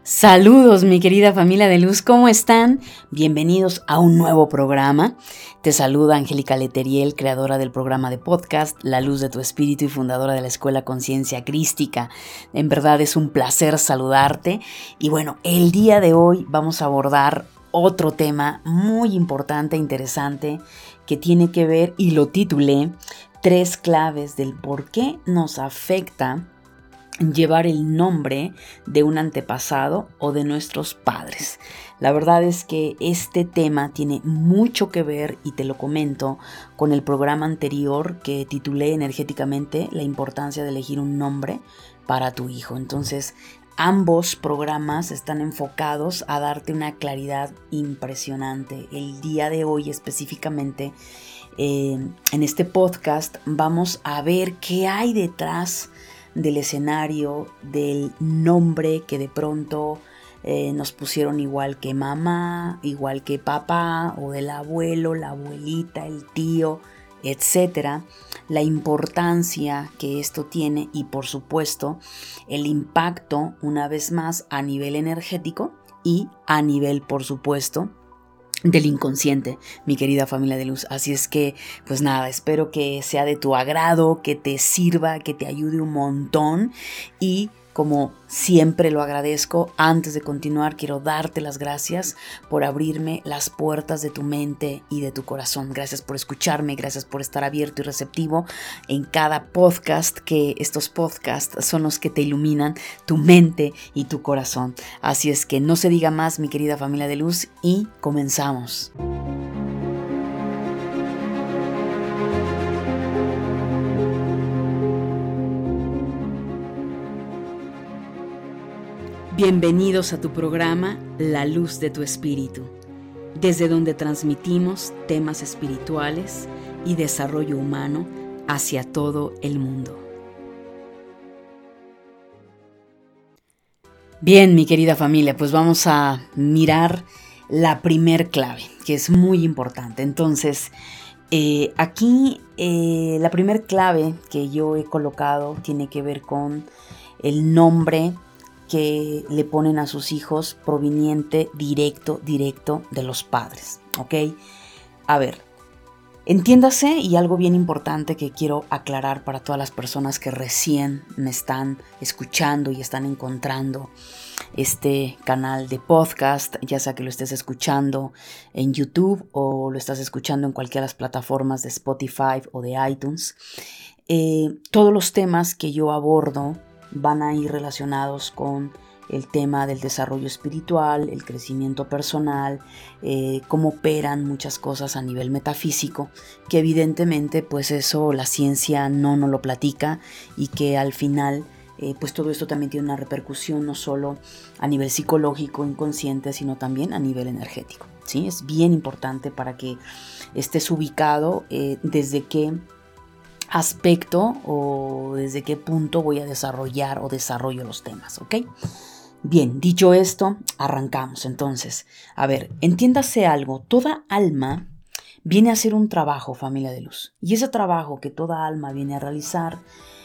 Saludos, mi querida familia de luz, ¿cómo están? Bienvenidos a un nuevo programa. Te saluda Angélica Leteriel, creadora del programa de podcast La Luz de tu Espíritu y fundadora de la Escuela Conciencia Crística. En verdad es un placer saludarte. Y bueno, el día de hoy vamos a abordar otro tema muy importante e interesante que tiene que ver, y lo titulé, 3 claves del por qué nos afecta llevar el nombre de un antepasado o de nuestros padres. La verdad es que este tema tiene mucho que ver, y te lo comento, con el programa anterior que titulé energéticamente La importancia de elegir un nombre para tu hijo. Entonces, ambos programas están enfocados a darte una claridad impresionante. El día de hoy específicamente, en este podcast, vamos a ver qué hay detrás del escenario, del nombre que de pronto nos pusieron igual que mamá, igual que papá, o del abuelo, la abuelita, el tío, etcétera. La importancia que esto tiene y, por supuesto, el impacto, una vez más, a nivel energético y a nivel, por supuesto, del inconsciente, mi querida familia de luz. Así es que, pues nada, espero que sea de tu agrado, que te sirva, que te ayude un montón. Y como siempre lo agradezco, antes de continuar quiero darte las gracias por abrirme las puertas de tu mente y de tu corazón. Gracias por escucharme, gracias por estar abierto y receptivo en cada podcast, que estos podcasts son los que te iluminan tu mente y tu corazón. Así es que no se diga más, mi querida familia de luz, y comenzamos. Bienvenidos a tu programa La Luz de tu Espíritu, desde donde transmitimos temas espirituales y desarrollo humano hacia todo el mundo. Bien, mi querida familia, pues vamos a mirar la primer clave, que es muy importante. Entonces, aquí la primer clave que yo he colocado tiene que ver con el nombre que le ponen a sus hijos, proveniente directo de los padres, ¿ok? A ver, entiéndase, y algo bien importante que quiero aclarar para todas las personas que recién me están escuchando y están encontrando este canal de podcast, ya sea que lo estés escuchando en YouTube o lo estás escuchando en cualquiera de las plataformas de Spotify o de iTunes. Todos los temas que yo abordo van a ir relacionados con el tema del desarrollo espiritual, el crecimiento personal, cómo operan muchas cosas a nivel metafísico, que evidentemente pues eso la ciencia no nos lo platica, y que al final pues todo esto también tiene una repercusión no solo a nivel psicológico, inconsciente, sino también a nivel energético, ¿sí? Es bien importante para que estés ubicado desde qué aspecto o desde qué punto voy a desarrollar o desarrollo los temas, ¿ok? Bien, dicho esto, arrancamos. Entonces, a ver, entiéndase algo, toda alma viene a hacer un trabajo, familia de luz, y ese trabajo que toda alma viene a realizar,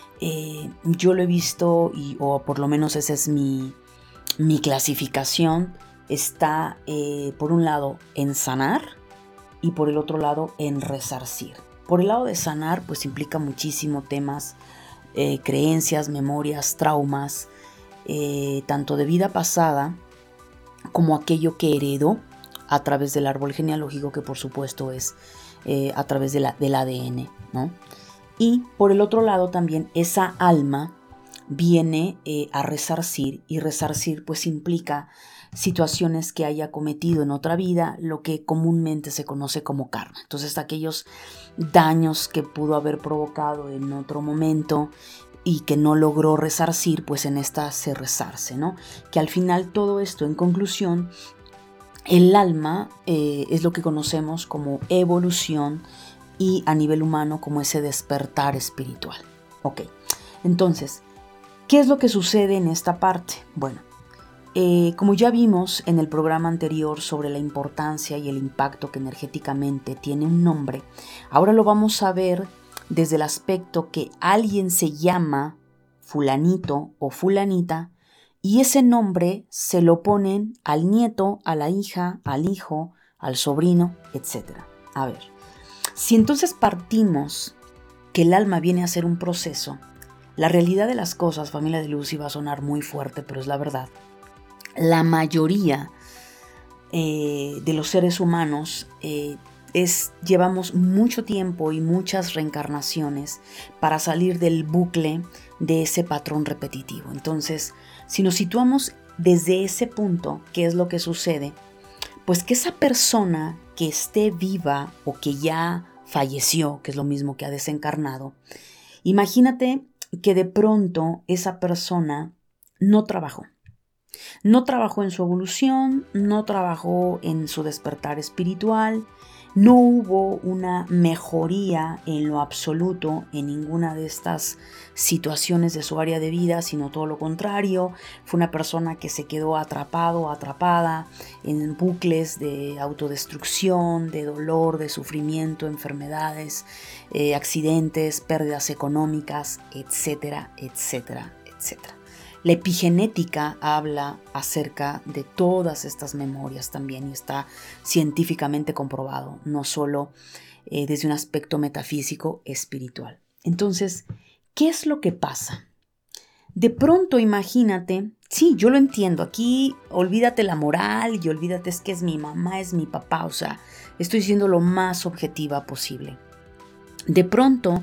yo lo he visto, o por lo menos esa es mi clasificación, está por un lado en sanar y por el otro lado en resarcir. Por el lado de sanar, pues implica muchísimo temas, creencias, memorias, traumas, tanto de vida pasada como aquello que heredó a través del árbol genealógico, que por supuesto es a través del ADN, ¿no? Y por el otro lado también esa alma viene a resarcir, y resarcir pues implica situaciones que haya cometido en otra vida, lo que comúnmente se conoce como karma. Entonces, aquellos daños que pudo haber provocado en otro momento y que no logró resarcir, pues en esta se resarce, ¿no? Que al final todo esto, en conclusión, el alma es lo que conocemos como evolución, y a nivel humano como ese despertar espiritual. Ok, entonces, ¿qué es lo que sucede en esta parte? Bueno, como ya vimos en el programa anterior sobre la importancia y el impacto que energéticamente tiene un nombre, ahora lo vamos a ver desde el aspecto que alguien se llama fulanito o fulanita y ese nombre se lo ponen al nieto, a la hija, al hijo, al sobrino, etc. A ver, si entonces partimos que el alma viene a ser un proceso, la realidad de las cosas, familia de luz, iba a sonar muy fuerte, pero es la verdad. La mayoría de los seres humanos llevamos mucho tiempo y muchas reencarnaciones para salir del bucle de ese patrón repetitivo. Entonces, si nos situamos desde ese punto, ¿qué es lo que sucede? Pues que esa persona que esté viva o que ya falleció, que es lo mismo que ha desencarnado, imagínate que de pronto esa persona no trabajó. No trabajó en su evolución, no trabajó en su despertar espiritual, no hubo una mejoría en lo absoluto en ninguna de estas situaciones de su área de vida, sino todo lo contrario. Fue una persona que se quedó atrapado o atrapada en bucles de autodestrucción, de dolor, de sufrimiento, enfermedades, accidentes, pérdidas económicas, etcétera, etcétera, etcétera. La epigenética habla acerca de todas estas memorias también y está científicamente comprobado, no solo desde un aspecto metafísico espiritual. Entonces, ¿qué es lo que pasa? De pronto imagínate, sí, yo lo entiendo, aquí olvídate la moral y olvídate es que es mi mamá, es mi papá, o sea, estoy siendo lo más objetiva posible. De pronto,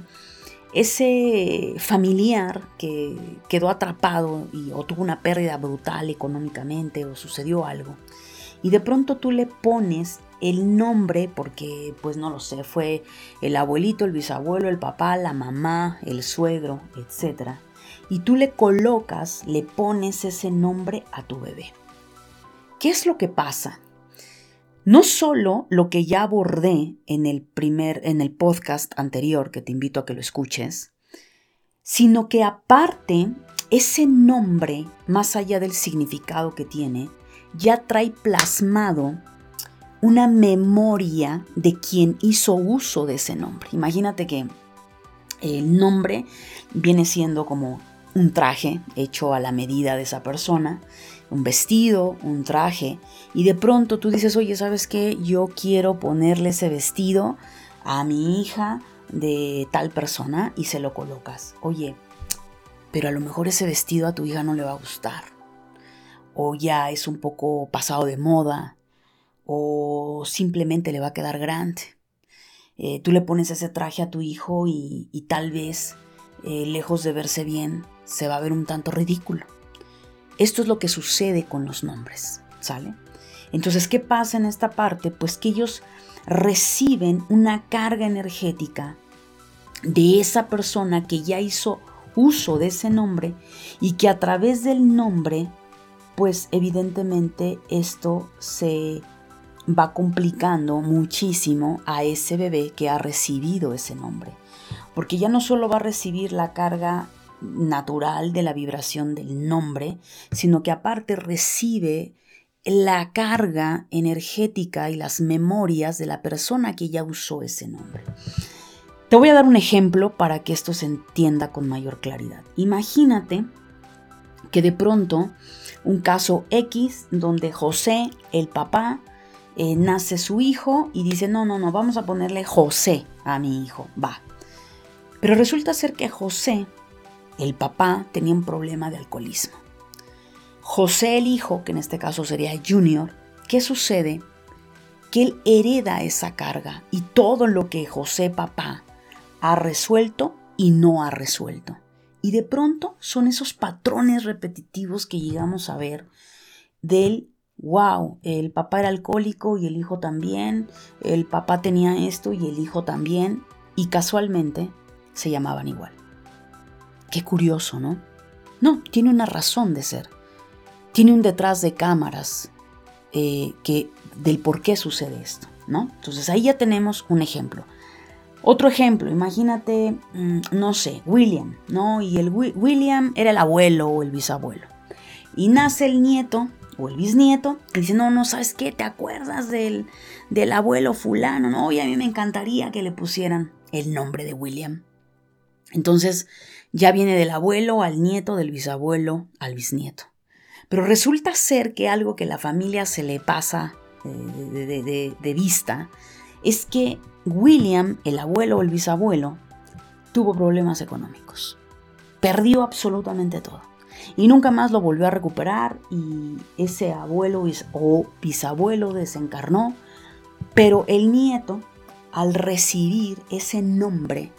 ese familiar que quedó atrapado o tuvo una pérdida brutal económicamente o sucedió algo y de pronto tú le pones el nombre porque pues no lo sé, fue el abuelito, el bisabuelo, el papá, la mamá, el suegro, etc. Y tú le pones ese nombre a tu bebé. ¿Qué es lo que pasa? No solo lo que ya abordé en el podcast anterior, que te invito a que lo escuches, sino que aparte, ese nombre, más allá del significado que tiene, ya trae plasmado una memoria de quien hizo uso de ese nombre. Imagínate que el nombre viene siendo como un traje hecho a la medida de esa persona, un vestido, un traje, y de pronto tú dices, oye, ¿sabes qué? Yo quiero ponerle ese vestido a mi hija de tal persona y se lo colocas. Oye, pero a lo mejor ese vestido a tu hija no le va a gustar, o ya es un poco pasado de moda, o simplemente le va a quedar grande. Tú le pones ese traje a tu hijo y tal vez, lejos de verse bien, se va a ver un tanto ridículo. Esto es lo que sucede con los nombres, ¿sale? Entonces, ¿qué pasa en esta parte? Pues que ellos reciben una carga energética de esa persona que ya hizo uso de ese nombre y que a través del nombre, pues evidentemente esto se va complicando muchísimo a ese bebé que ha recibido ese nombre. Porque ya no solo va a recibir la carga natural de la vibración del nombre, sino que aparte recibe la carga energética y las memorias de la persona que ya usó ese nombre. Te voy a dar un ejemplo para que esto se entienda con mayor claridad. Imagínate que de pronto un caso X donde José, el papá, nace su hijo y dice, no, vamos a ponerle José a mi hijo, va. Pero resulta ser que José, el papá, tenía un problema de alcoholismo. José, el hijo, que en este caso sería Junior, ¿qué sucede? Que él hereda esa carga y todo lo que José, papá, ha resuelto y no ha resuelto. Y de pronto son esos patrones repetitivos que llegamos a ver del wow, el papá era alcohólico y el hijo también, el papá tenía esto y el hijo también, y casualmente se llamaban igual. Qué curioso, ¿no? No, tiene una razón de ser. Tiene un detrás de cámaras del por qué sucede esto, ¿no? Entonces ahí ya tenemos un ejemplo. Otro ejemplo, imagínate, no sé, William, ¿no? Y el William era el abuelo o el bisabuelo. Y nace el nieto o el bisnieto y dice, no, ¿sabes qué? ¿Te acuerdas del abuelo fulano? No, y a mí me encantaría que le pusieran el nombre de William. Entonces ya viene del abuelo al nieto, del bisabuelo al bisnieto. Pero resulta ser que algo que la familia se le pasa de vista es que William, el abuelo o el bisabuelo, tuvo problemas económicos. Perdió absolutamente todo. Y nunca más lo volvió a recuperar y ese abuelo o bisabuelo desencarnó. Pero el nieto, al recibir ese nombre,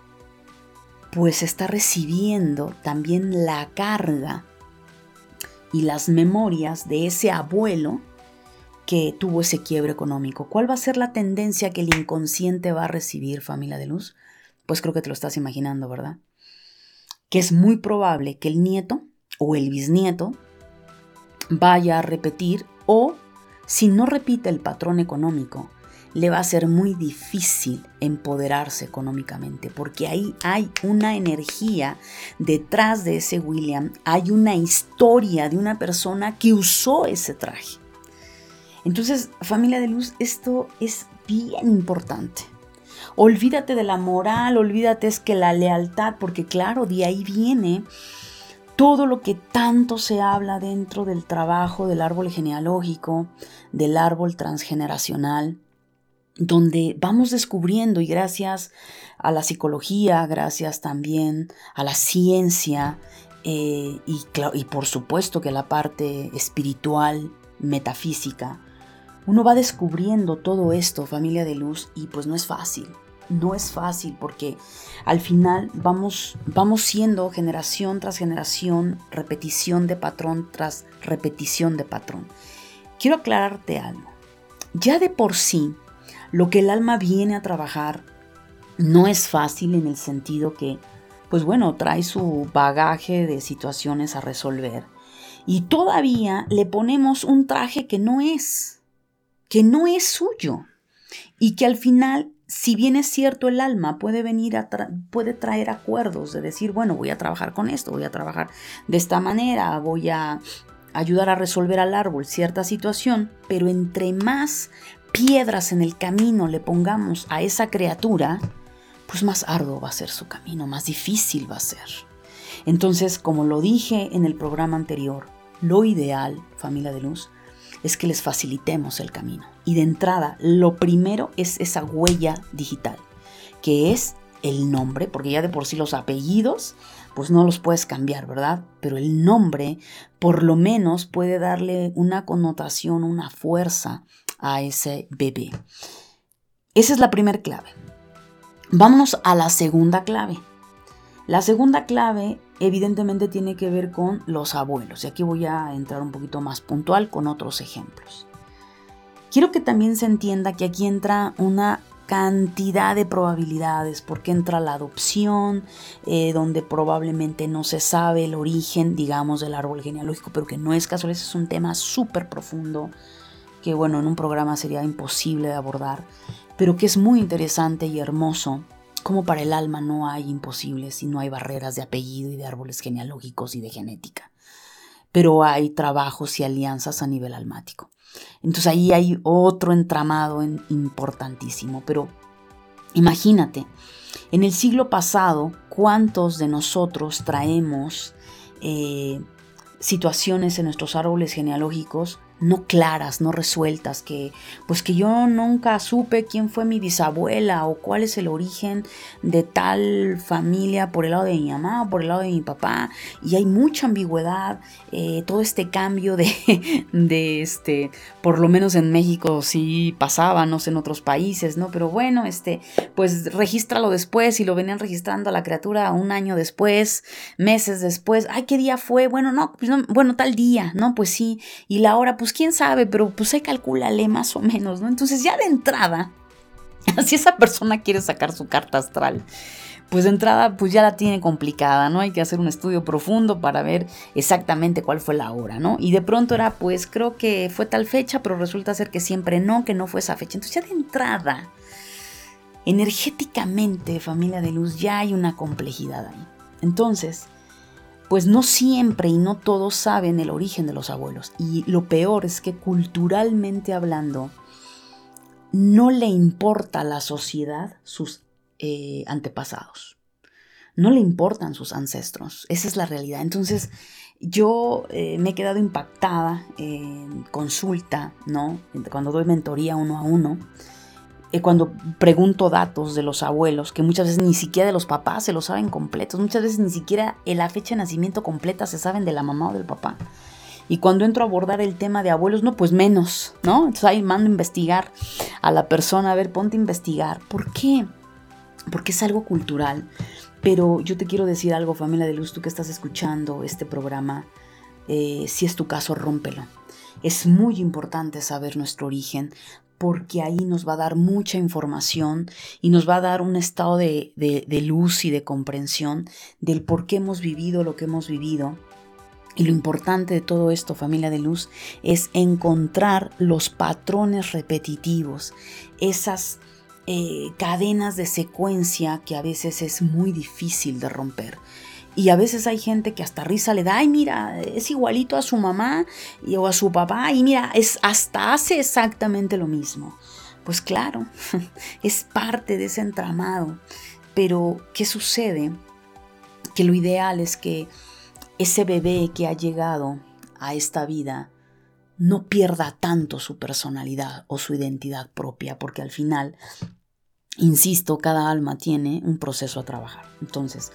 pues está recibiendo también la carga y las memorias de ese abuelo que tuvo ese quiebre económico. ¿Cuál va a ser la tendencia que el inconsciente va a recibir, familia de luz? Pues creo que te lo estás imaginando, ¿verdad? Que es muy probable que el nieto o el bisnieto vaya a repetir, o si no repite el patrón económico, le va a ser muy difícil empoderarse económicamente, porque ahí hay una energía detrás de ese William, hay una historia de una persona que usó ese traje. Entonces, familia de luz, esto es bien importante. Olvídate de la moral, olvídate es que la lealtad, porque claro, de ahí viene todo lo que tanto se habla dentro del trabajo del árbol genealógico, del árbol transgeneracional, donde vamos descubriendo, y gracias a la psicología, gracias también a la ciencia y por supuesto que la parte espiritual, metafísica, uno va descubriendo todo esto, familia de luz, y pues no es fácil. No es fácil porque al final vamos siendo generación tras generación, repetición de patrón tras repetición de patrón. Quiero aclararte algo. Ya de por sí, lo que el alma viene a trabajar no es fácil en el sentido que, pues bueno, trae su bagaje de situaciones a resolver. Y todavía le ponemos un traje que no es suyo. Y que al final, si bien es cierto, el alma puede puede traer acuerdos de decir, bueno, voy a trabajar con esto, voy a trabajar de esta manera, voy a ayudar a resolver al árbol cierta situación, pero entre más piedras en el camino le pongamos a esa criatura, pues más arduo va a ser su camino, más difícil va a ser. Entonces, como lo dije en el programa anterior, lo ideal, familia de luz, es que les facilitemos el camino. Y de entrada, lo primero es esa huella digital, que es el nombre, porque ya de por sí los apellidos, pues no los puedes cambiar, ¿verdad? Pero el nombre, por lo menos, puede darle una connotación, una fuerza a ese bebé. Esa es la primera clave. Vámonos a la segunda clave. La segunda clave evidentemente tiene que ver con los abuelos. Y aquí voy a entrar un poquito más puntual con otros ejemplos. Quiero que también se entienda que aquí entra una cantidad de probabilidades, porque entra la adopción, donde probablemente no se sabe el origen, digamos, del árbol genealógico, pero que no es casual. Ese es un tema súper profundo que, bueno, en un programa sería imposible de abordar, pero que es muy interesante y hermoso. Como para el alma no hay imposibles y no hay barreras de apellido y de árboles genealógicos y de genética. Pero hay trabajos y alianzas a nivel almático. Entonces ahí hay otro entramado importantísimo. Pero imagínate, en el siglo pasado, ¿cuántos de nosotros traemos situaciones en nuestros árboles genealógicos no claras, no resueltas, que yo nunca supe quién fue mi bisabuela o cuál es el origen de tal familia por el lado de mi mamá o por el lado de mi papá? Y hay mucha ambigüedad, todo este cambio por lo menos en México sí pasaba, no sé en otros países, ¿no? Pero bueno, pues regístralo después, y lo venían registrando a la criatura un año después, meses después. Ay, ¿qué día fue? Bueno, no, pues no, bueno, tal día, ¿no? Pues sí, y la hora, pues quién sabe, pero pues ahí calcúlale más o menos, ¿no? Entonces ya de entrada, si esa persona quiere sacar su carta astral, pues de entrada pues ya la tiene complicada, ¿no? Hay que hacer un estudio profundo para ver exactamente cuál fue la hora, ¿no? Y de pronto era, pues creo que fue tal fecha, pero resulta ser que siempre no, que no fue esa fecha. Entonces ya de entrada, energéticamente, familia de luz, ya hay una complejidad ahí. Entonces, pues no siempre y no todos saben el origen de los abuelos. Y lo peor es que culturalmente hablando, no le importa a la sociedad sus antepasados. No le importan sus ancestros. Esa es la realidad. Entonces, Yo me he quedado impactada en consulta, ¿no? Cuando doy mentoría 1 a 1, cuando pregunto datos de los abuelos, que muchas veces ni siquiera de los papás se los saben completos, muchas veces ni siquiera la fecha de nacimiento completa se saben de la mamá o del papá. Y cuando entro a abordar el tema de abuelos, no, pues menos, ¿no? Entonces ahí mando a investigar a la persona, a ver, ponte a investigar. ¿Por qué? Porque es algo cultural. Pero yo te quiero decir algo, familia de luz, tú que estás escuchando este programa, si es tu caso, rómpelo. Es muy importante saber nuestro origen, porque ahí nos va a dar mucha información y nos va a dar un estado de luz y de comprensión del por qué hemos vivido lo que hemos vivido. Y lo importante de todo esto, familia de luz, es encontrar los patrones repetitivos, esas cadenas de secuencia que a veces es muy difícil de romper. Y a veces hay gente que hasta risa le da, ay mira, es igualito a su mamá o a su papá, y mira, hasta hace exactamente lo mismo. Pues claro, es parte de ese entramado. Pero, ¿qué sucede? Que lo ideal es que ese bebé que ha llegado a esta vida no pierda tanto su personalidad o su identidad propia, porque al final, insisto, cada alma tiene un proceso a trabajar. Entonces,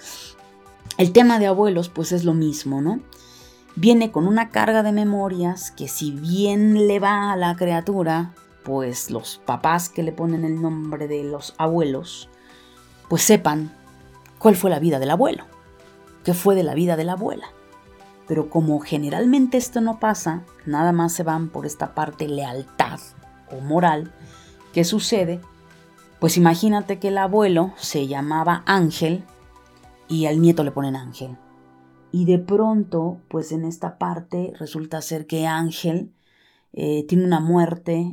el tema de abuelos pues es lo mismo, ¿no? Viene con una carga de memorias que, si bien le va a la criatura, pues los papás que le ponen el nombre de los abuelos, pues sepan cuál fue la vida del abuelo, qué fue de la vida de la abuela. Pero como generalmente esto no pasa, nada más se van por esta parte lealtad o moral. ¿Qué sucede? Pues imagínate que el abuelo se llamaba Ángel y al nieto le ponen Ángel. Y de pronto, pues en esta parte resulta ser que Ángel tiene una muerte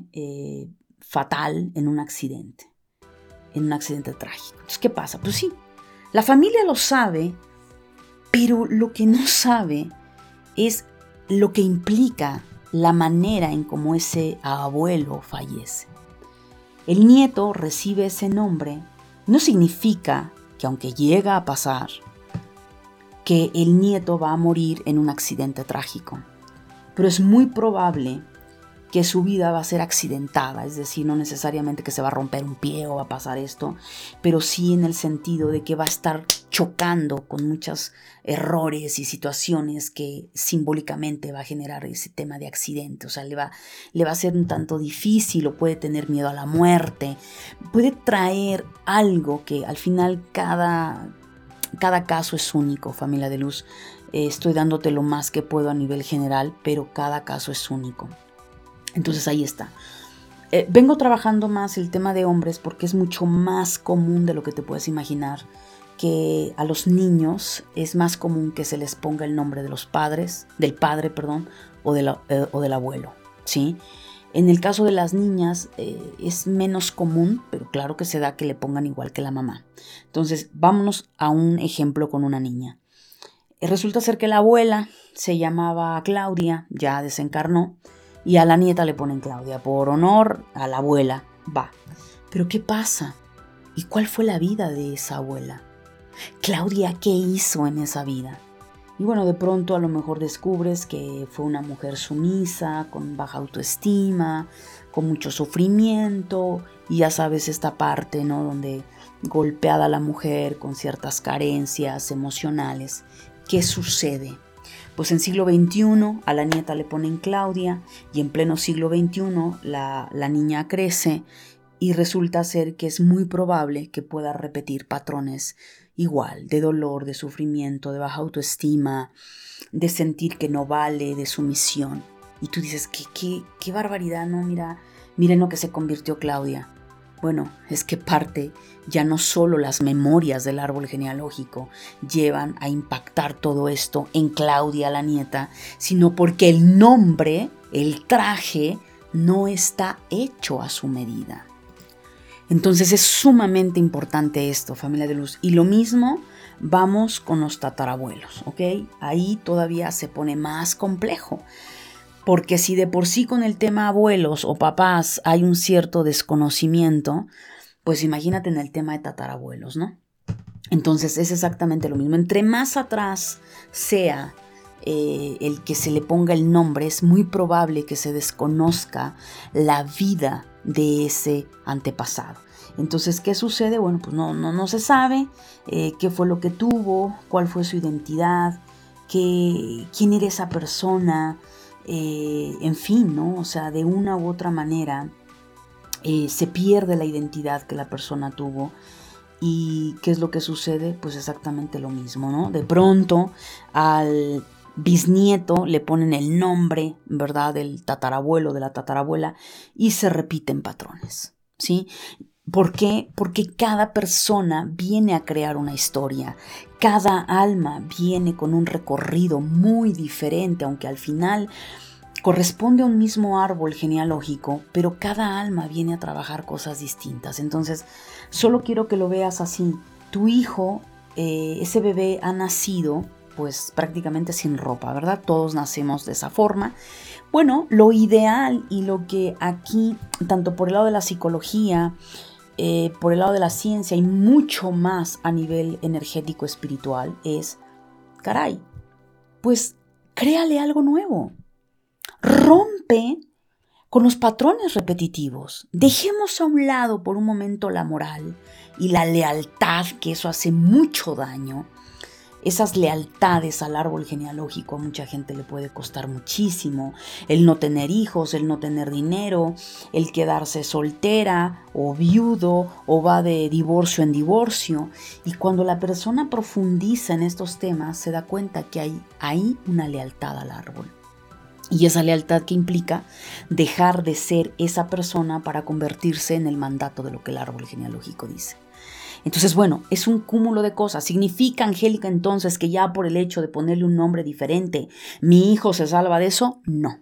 fatal en un accidente trágico. Entonces, ¿qué pasa? Pues sí, la familia lo sabe, pero lo que no sabe es lo que implica la manera en cómo ese abuelo fallece. El nieto recibe ese nombre, no significa que, aunque llega a pasar, que el nieto va a morir en un accidente trágico, pero es muy probable que su vida va a ser accidentada, es decir, no necesariamente que se va a romper un pie o va a pasar esto, pero sí en el sentido de que va a estar chocando con muchos errores y situaciones que simbólicamente va a generar ese tema de accidente. O sea, le va a ser un tanto difícil, o puede tener miedo a la muerte, puede traer algo que al final cada caso es único, familia de luz. Estoy dándote lo más que puedo a nivel general, pero cada caso es único. Entonces ahí está. Vengo trabajando más el tema de hombres porque es mucho más común de lo que te puedes imaginar, que a los niños es más común que se les ponga el nombre de los padres, del padre, perdón, o del abuelo, ¿sí? En el caso de las niñas es menos común, pero claro que se da que le pongan igual que la mamá. Entonces, vámonos a un ejemplo con una niña. Resulta ser que la abuela se llamaba Claudia, ya desencarnó, y a la nieta le ponen Claudia, por honor a la abuela, va. Pero ¿qué pasa? ¿Y cuál fue la vida de esa abuela? Claudia, ¿qué hizo en esa vida? Y bueno, de pronto a lo mejor descubres que fue una mujer sumisa, con baja autoestima, con mucho sufrimiento, y ya sabes esta parte, ¿no? Donde golpeada la mujer con ciertas carencias emocionales. ¿Qué sucede? Pues en siglo XXI a la nieta le ponen Claudia, y en pleno siglo XXI la niña crece y resulta ser que es muy probable que pueda repetir patrones igual, de dolor, de sufrimiento, de baja autoestima, de sentir que no vale, de sumisión. Y tú dices, qué barbaridad, ¿no? Mira en lo que se convirtió Claudia. Bueno, es que parte ya no solo las memorias del árbol genealógico llevan a impactar todo esto en Claudia, la nieta, sino porque el nombre, el traje, no está hecho a su medida. Entonces es sumamente importante esto, familia de luz. Y lo mismo vamos con los tatarabuelos, ¿ok? Ahí todavía se pone más complejo. Porque si de por sí con el tema abuelos o papás hay un cierto desconocimiento, pues imagínate en el tema de tatarabuelos, ¿no? Entonces es exactamente lo mismo. Entre más atrás sea el que se le ponga el nombre, es muy probable que se desconozca la vida de ese antepasado. Entonces, ¿qué sucede? Bueno, pues no se sabe qué fue lo que tuvo, cuál fue su identidad, quién era esa persona, en fin, ¿no? O sea, de una u otra manera se pierde la identidad que la persona tuvo. ¿Y qué es lo que sucede? Pues exactamente lo mismo, ¿no? De pronto al bisnieto le ponen el nombre, ¿verdad?, del tatarabuelo, de la tatarabuela, y se repiten patrones, ¿sí? ¿Por qué? Porque cada persona viene a crear una historia, cada alma viene con un recorrido muy diferente, aunque al final corresponde a un mismo árbol genealógico, pero cada alma viene a trabajar cosas distintas. Entonces, solo quiero que lo veas así. Tu hijo, ese bebé ha nacido pues prácticamente sin ropa, ¿verdad? Todos nacemos de esa forma. Bueno, lo ideal y lo que aquí, tanto por el lado de la psicología, por el lado de la ciencia y mucho más a nivel energético espiritual es, caray, pues créale algo nuevo. Rompe con los patrones repetitivos. Dejemos a un lado por un momento la moral y la lealtad, que eso hace mucho daño. Esas lealtades al árbol genealógico a mucha gente le puede costar muchísimo. El no tener hijos, el no tener dinero, el quedarse soltera o viudo o va de divorcio en divorcio. Y cuando la persona profundiza en estos temas, se da cuenta que hay ahí una lealtad al árbol. Y esa lealtad que implica dejar de ser esa persona para convertirse en el mandato de lo que el árbol genealógico dice. Entonces, bueno, es un cúmulo de cosas. ¿Significa, Angélica, entonces que ya por el hecho de ponerle un nombre diferente, mi hijo se salva de eso? No.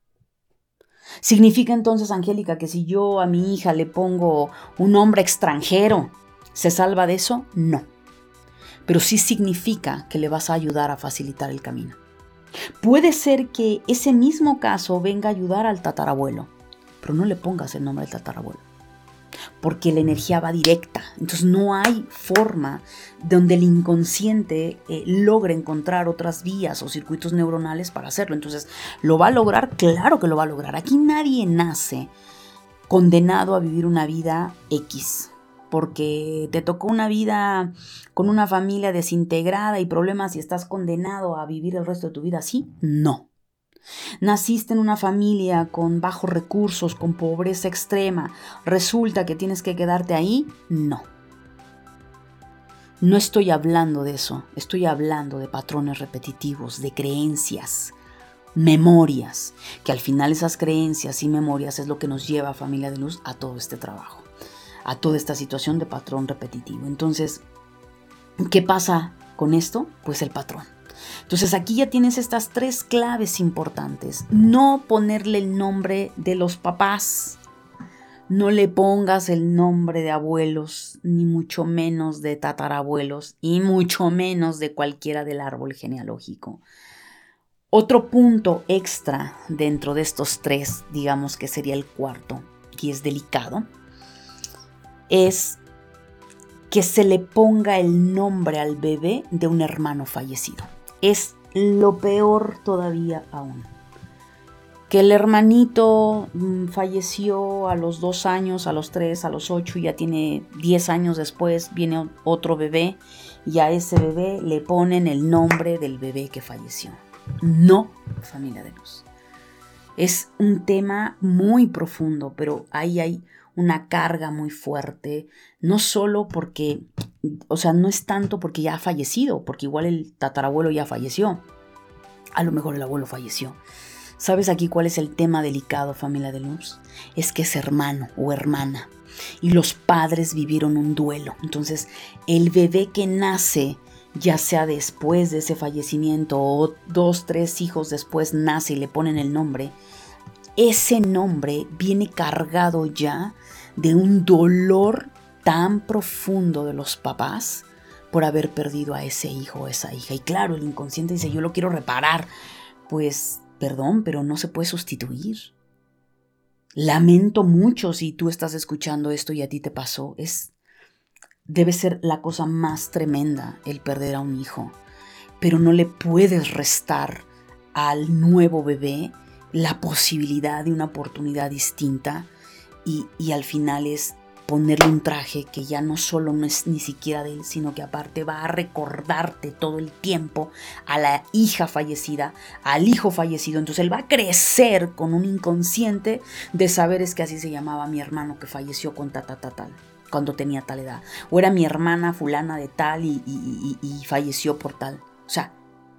¿Significa entonces, Angélica, que si yo a mi hija le pongo un nombre extranjero, se salva de eso? No. Pero sí significa que le vas a ayudar a facilitar el camino. Puede ser que ese mismo caso venga a ayudar al tatarabuelo, pero no le pongas el nombre del tatarabuelo, porque la energía va directa. Entonces no hay forma donde el inconsciente logre encontrar otras vías o circuitos neuronales para hacerlo. Entonces, ¿lo va a lograr? Claro que lo va a lograr. Aquí nadie nace condenado a vivir una vida X, porque te tocó una vida con una familia desintegrada y problemas y estás condenado a vivir el resto de tu vida así. No. Naciste en una familia con bajos recursos, con pobreza extrema. ¿Resulta que tienes que quedarte ahí? No. No estoy hablando de eso. Estoy hablando de patrones repetitivos, de creencias, memorias, que al final esas creencias y memorias es lo que nos lleva a Familia de Luz a todo este trabajo, a toda esta situación de patrón repetitivo. Entonces, ¿qué pasa con esto? Pues el patrón. Entonces aquí ya tienes estas 3 claves importantes. No ponerle el nombre de los papás. No le pongas el nombre de abuelos, ni mucho menos de tatarabuelos, y mucho menos de cualquiera del árbol genealógico. Otro punto extra dentro de estos 3, digamos que sería el cuarto, que es delicado, es que se le ponga el nombre al bebé de un hermano fallecido. Es lo peor todavía aún. Que el hermanito falleció a los 2 años, a los 3, a los 8, y ya tiene 10 años después, viene otro bebé y a ese bebé le ponen el nombre del bebé que falleció. No, Familia de Luz. Es un tema muy profundo, pero ahí hay una carga muy fuerte, no solo porque, o sea, no es tanto porque ya ha fallecido, porque igual el tatarabuelo ya falleció, a lo mejor el abuelo falleció. ¿Sabes aquí cuál es el tema delicado, Familia de Luz? Es que es hermano o hermana y los padres vivieron un duelo. Entonces, el bebé que nace, ya sea después de ese fallecimiento o 2, 3 hijos después nace y le ponen el nombre, ese nombre viene cargado ya de un dolor tan profundo de los papás por haber perdido a ese hijo o esa hija. Y claro, el inconsciente dice, yo lo quiero reparar. Pues, perdón, pero no se puede sustituir. Lamento mucho si tú estás escuchando esto y a ti te pasó. Debe ser la cosa más tremenda el perder a un hijo, pero no le puedes restar al nuevo bebé la posibilidad de una oportunidad distinta y al final es ponerle un traje que ya no solo no es ni siquiera de él, sino que aparte va a recordarte todo el tiempo a la hija fallecida, al hijo fallecido. Entonces él va a crecer con un inconsciente de saber es que así se llamaba mi hermano que falleció con tal, cuando tenía tal edad. O era mi hermana fulana de tal y falleció por tal. O sea,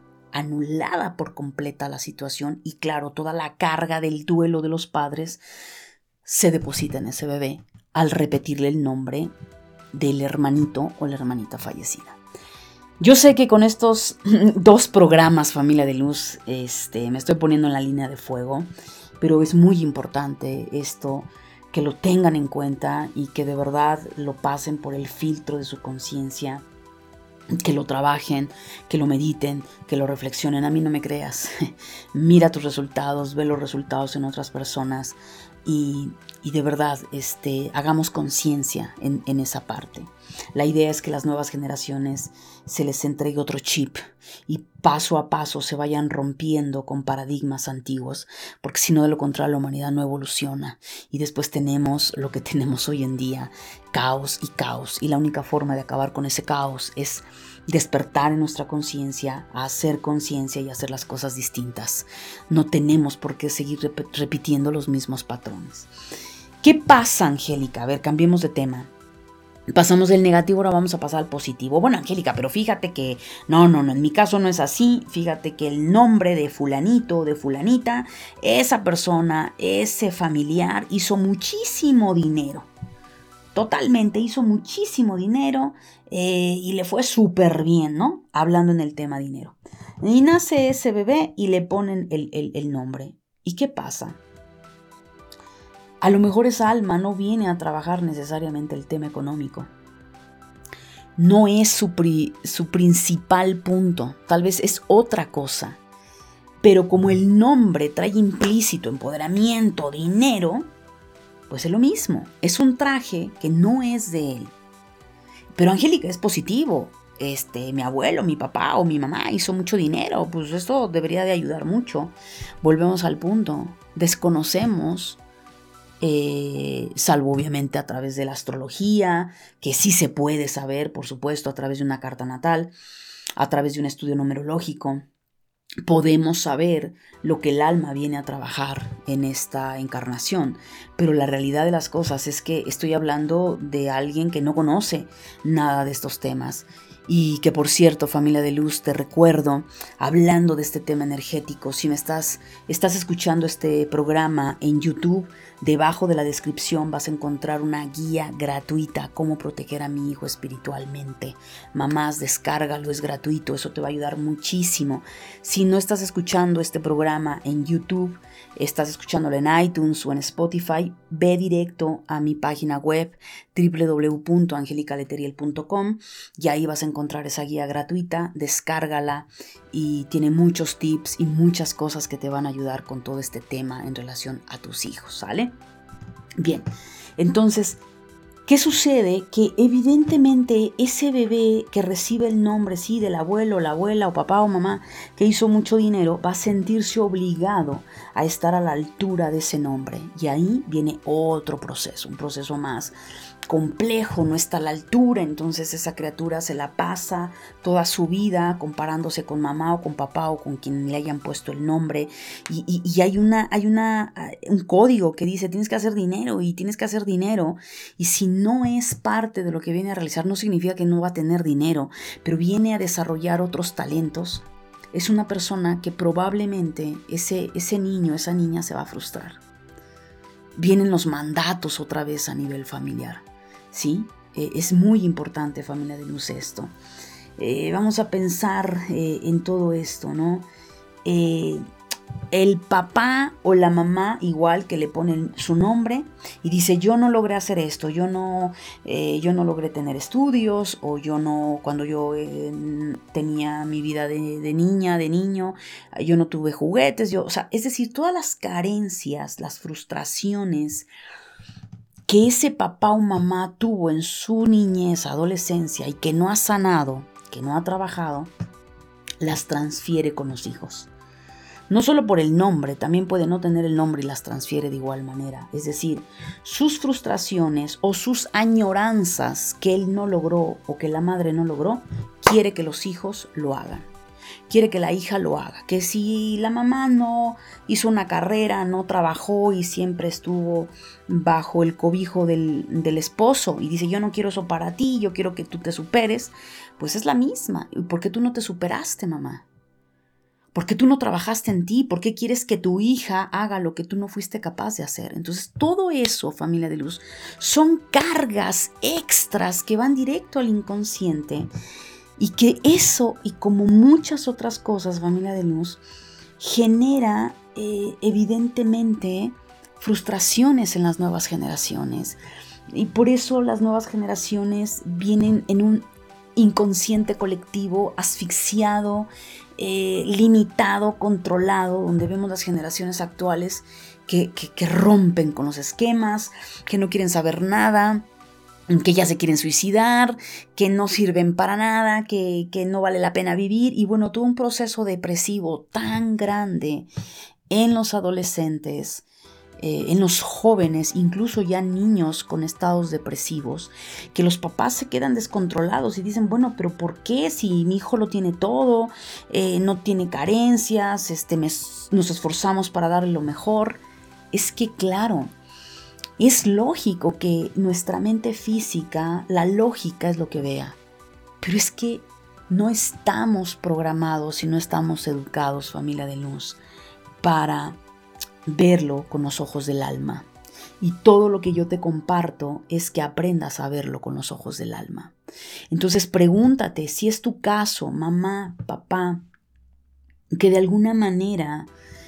anulada por completa la situación y claro, toda la carga del duelo de los padres se deposita en ese bebé al repetirle el nombre del hermanito o la hermanita fallecida. Yo sé que con estos 2 programas, Familia de Luz, me estoy poniendo en la línea de fuego, pero es muy importante esto, que lo tengan en cuenta y que de verdad lo pasen por el filtro de su conciencia, que lo trabajen, que lo mediten, que lo reflexionen. A mí no me creas. Mira tus resultados, ve los resultados en otras personas y de verdad hagamos conciencia en esa parte. La idea es que las nuevas generaciones se les entregue otro chip y paso a paso se vayan rompiendo con paradigmas antiguos, porque si no, de lo contrario, la humanidad no evoluciona y después tenemos lo que tenemos hoy en día, caos y la única forma de acabar con ese caos es despertar en nuestra conciencia, a hacer conciencia y hacer las cosas distintas. No tenemos por qué seguir repitiendo los mismos patrones. ¿Qué pasa, Angélica? A ver, cambiemos de tema. Pasamos del negativo, ahora vamos a pasar al positivo. Bueno, Angélica, pero fíjate que no, en mi caso no es así. Fíjate que el nombre de fulanito o de fulanita, esa persona, ese familiar hizo muchísimo dinero. Totalmente, hizo muchísimo dinero y le fue súper bien, ¿no? Hablando en el tema dinero. Y nace ese bebé y le ponen el nombre. ¿Y qué pasa? A lo mejor esa alma no viene a trabajar necesariamente el tema económico. No es su principal punto, tal vez es otra cosa. Pero como el nombre trae implícito empoderamiento, dinero, pues es lo mismo. Es un traje que no es de él. Pero Angélica, es positivo. Mi abuelo, mi papá o mi mamá hizo mucho dinero. Pues esto debería de ayudar mucho. Volvemos al punto. Desconocemos, salvo obviamente a través de la astrología, que sí se puede saber, por supuesto, a través de una carta natal, a través de un estudio numerológico. Podemos saber lo que el alma viene a trabajar en esta encarnación, pero la realidad de las cosas es que estoy hablando de alguien que no conoce nada de estos temas. Y que por cierto, familia de luz, te recuerdo, hablando de este tema energético, si me estás escuchando este programa en YouTube, debajo de la descripción vas a encontrar una guía gratuita, cómo proteger a mi hijo espiritualmente. Mamás, descárgalo, es gratuito, eso te va a ayudar muchísimo. Si no estás escuchando este programa en YouTube, estás escuchándolo en iTunes o en Spotify, ve directo a mi página web www.angelicaleteriel.com y ahí vas a encontrar esa guía gratuita, descárgala y tiene muchos tips y muchas cosas que te van a ayudar con todo este tema en relación a tus hijos, ¿sale? Bien, entonces, ¿qué sucede? Que evidentemente ese bebé que recibe el nombre, sí, del abuelo, la abuela o papá o mamá que hizo mucho dinero, va a sentirse obligado a estar a la altura de ese nombre. Y ahí viene otro proceso, un proceso más complejo, no está a la altura, entonces esa criatura se la pasa toda su vida comparándose con mamá o con papá o con quien le hayan puesto el nombre y hay un código que dice tienes que hacer dinero y si no es parte de lo que viene a realizar no significa que no va a tener dinero, pero viene a desarrollar otros talentos. Es una persona que probablemente ese niño, esa niña se va a frustrar. Vienen los mandatos otra vez a nivel familiar, ¿sí? Es muy importante, familia de luz, esto. Vamos a pensar en todo esto, ¿no? El papá o la mamá igual que le ponen su nombre y dice yo no logré hacer esto, yo no logré tener estudios o cuando yo tenía mi vida de niña, de niño, yo no tuve juguetes, es decir, todas las carencias, las frustraciones que ese papá o mamá tuvo en su niñez, adolescencia y que no ha sanado, que no ha trabajado, las transfiere con los hijos. No solo por el nombre, también puede no tener el nombre y las transfiere de igual manera. Es decir, sus frustraciones o sus añoranzas que él no logró o que la madre no logró, quiere que los hijos lo hagan. Quiere que la hija lo haga. Que si la mamá no hizo una carrera, no trabajó y siempre estuvo bajo el cobijo del esposo y dice, yo no quiero eso para ti, yo quiero que tú te superes, pues es la misma. ¿Por qué tú no te superaste, mamá? ¿Por qué tú no trabajaste en ti? ¿Por qué quieres que tu hija haga lo que tú no fuiste capaz de hacer? Entonces, todo eso, familia de luz, son cargas extras que van directo al inconsciente y que eso, y como muchas otras cosas, familia de luz, genera evidentemente frustraciones en las nuevas generaciones. Y por eso las nuevas generaciones vienen en un inconsciente colectivo asfixiado, limitado, controlado, donde vemos las generaciones actuales que rompen con los esquemas, que no quieren saber nada, que ya se quieren suicidar, que no sirven para nada, que no vale la pena vivir. Y bueno, todo un proceso depresivo tan grande en los adolescentes, en los jóvenes, incluso ya niños con estados depresivos, que los papás se quedan descontrolados y dicen, bueno, pero ¿por qué? Si mi hijo lo tiene todo, no tiene carencias, nos esforzamos para darle lo mejor. Es que claro, es lógico que nuestra mente física, la lógica es lo que vea, pero es que no estamos programados y no estamos educados, familia de luz, para verlo con los ojos del alma. Y todo lo que yo te comparto es que aprendas a verlo con los ojos del alma. Entonces pregúntate si es tu caso, mamá, papá, que de alguna manera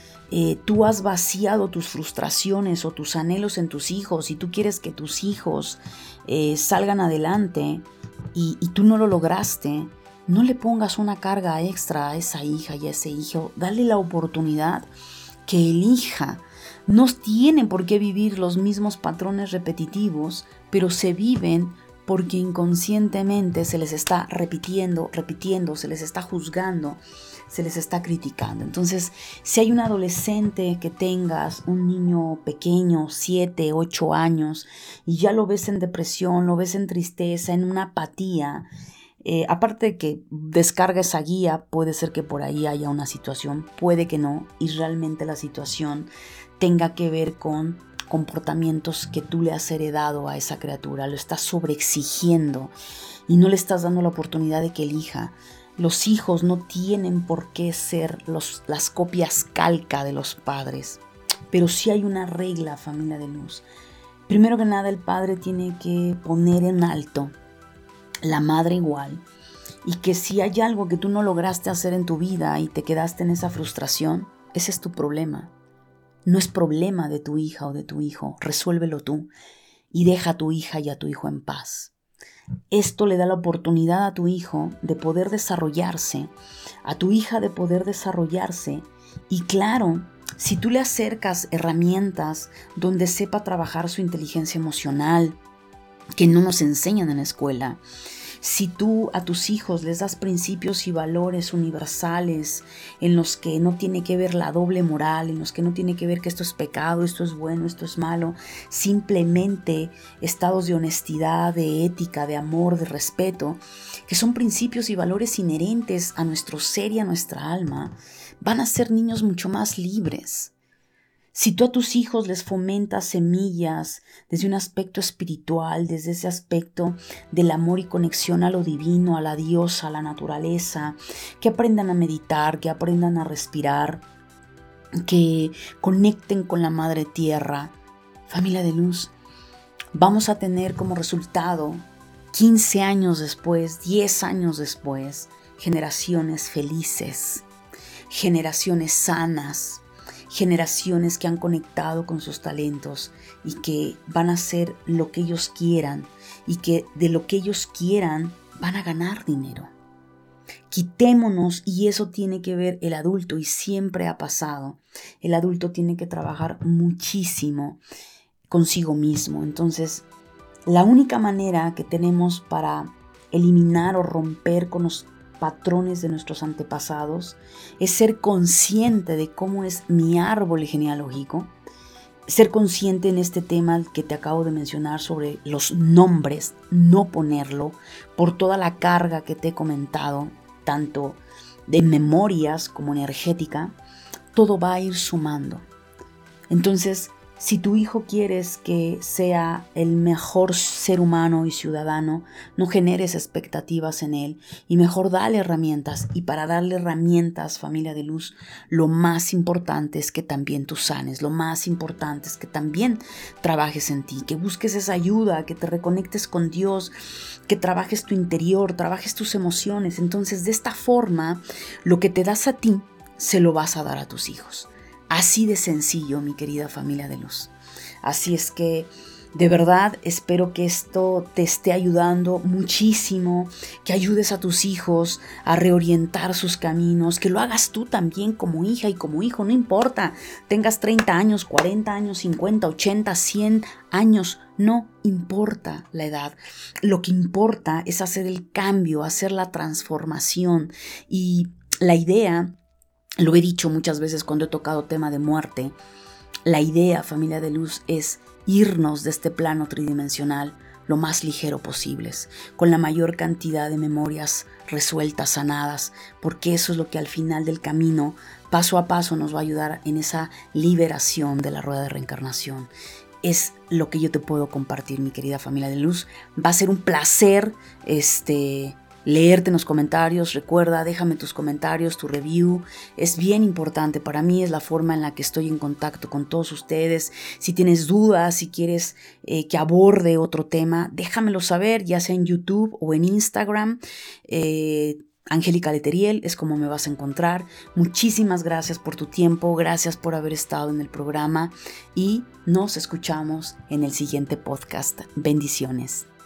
tú has vaciado tus frustraciones o tus anhelos en tus hijos y tú quieres que tus hijos salgan adelante y tú no lo lograste. No le pongas una carga extra a esa hija y a ese hijo. Dale la oportunidad que elija. No tienen por qué vivir los mismos patrones repetitivos, pero se viven porque inconscientemente se les está repitiendo, se les está juzgando, se les está criticando. Entonces, si hay un adolescente que tengas, un niño pequeño, 7, 8 años, y ya lo ves en depresión, lo ves en tristeza, en una apatía, aparte de que descarga esa guía, puede ser que por ahí haya una situación, puede que no, y realmente la situación tenga que ver con comportamientos que tú le has heredado a esa criatura, lo estás sobreexigiendo y no le estás dando la oportunidad de que elija. Los hijos no tienen por qué ser las copias calca de los padres, pero sí hay una regla, familia de luz. Primero que nada, el padre tiene que poner en alto, la madre igual, y que si hay algo que tú no lograste hacer en tu vida y te quedaste en esa frustración, ese es tu problema. No es problema de tu hija o de tu hijo, resuélvelo tú y deja a tu hija y a tu hijo en paz. Esto le da la oportunidad a tu hijo de poder desarrollarse, a tu hija de poder desarrollarse y claro, si tú le acercas herramientas donde sepa trabajar su inteligencia emocional, que no nos enseñan en la escuela, si tú a tus hijos les das principios y valores universales en los que no tiene que ver la doble moral, en los que no tiene que ver que esto es pecado, esto es bueno, esto es malo, simplemente estados de honestidad, de ética, de amor, de respeto, que son principios y valores inherentes a nuestro ser y a nuestra alma, van a ser niños mucho más libres. Si tú a tus hijos les fomentas semillas desde un aspecto espiritual, desde ese aspecto del amor y conexión a lo divino, a la diosa, a la naturaleza, que aprendan a meditar, que aprendan a respirar, que conecten con la madre tierra, familia de luz, vamos a tener como resultado 15 años después, 10 años después, generaciones felices, generaciones sanas, generaciones que han conectado con sus talentos y que van a hacer lo que ellos quieran y que de lo que ellos quieran van a ganar dinero. Quitémonos, y eso tiene que ver el adulto y siempre ha pasado. El adulto tiene que trabajar muchísimo consigo mismo. Entonces, la única manera que tenemos para eliminar o romper con los patrones de nuestros antepasados, es ser consciente de cómo es mi árbol genealógico, ser consciente en este tema que te acabo de mencionar sobre los nombres, no ponerlo por toda la carga que te he comentado, tanto de memorias como energética, todo va a ir sumando. Entonces, si tu hijo quieres que sea el mejor ser humano y ciudadano, no generes expectativas en él y mejor dale herramientas. Y para darle herramientas, familia de luz, lo más importante es que también tú sanes, lo más importante es que también trabajes en ti, que busques esa ayuda, que te reconectes con Dios, que trabajes tu interior, trabajes tus emociones. Entonces, de esta forma, lo que te das a ti, se lo vas a dar a tus hijos. Así de sencillo, mi querida familia de luz. Así es que, de verdad, espero que esto te esté ayudando muchísimo, que ayudes a tus hijos a reorientar sus caminos, que lo hagas tú también como hija y como hijo, no importa, tengas 30 años, 40 años, 50, 80, 100 años, no importa la edad. Lo que importa es hacer el cambio, hacer la transformación. Y la idea, lo he dicho muchas veces cuando he tocado tema de muerte, la idea, familia de luz, es irnos de este plano tridimensional lo más ligero posibles, con la mayor cantidad de memorias resueltas, sanadas, porque eso es lo que al final del camino, paso a paso, nos va a ayudar en esa liberación de la rueda de reencarnación. Es lo que yo te puedo compartir, mi querida familia de luz. Va a ser un placer leerte en los comentarios. Recuerda, déjame tus comentarios, tu review. Es bien importante para mí, es la forma en la que estoy en contacto con todos ustedes. Si tienes dudas, si quieres que aborde otro tema, déjamelo saber, ya sea en YouTube o en Instagram. Angélica Leteriel es como me vas a encontrar. Muchísimas gracias por tu tiempo, gracias por haber estado en el programa y nos escuchamos en el siguiente podcast. Bendiciones.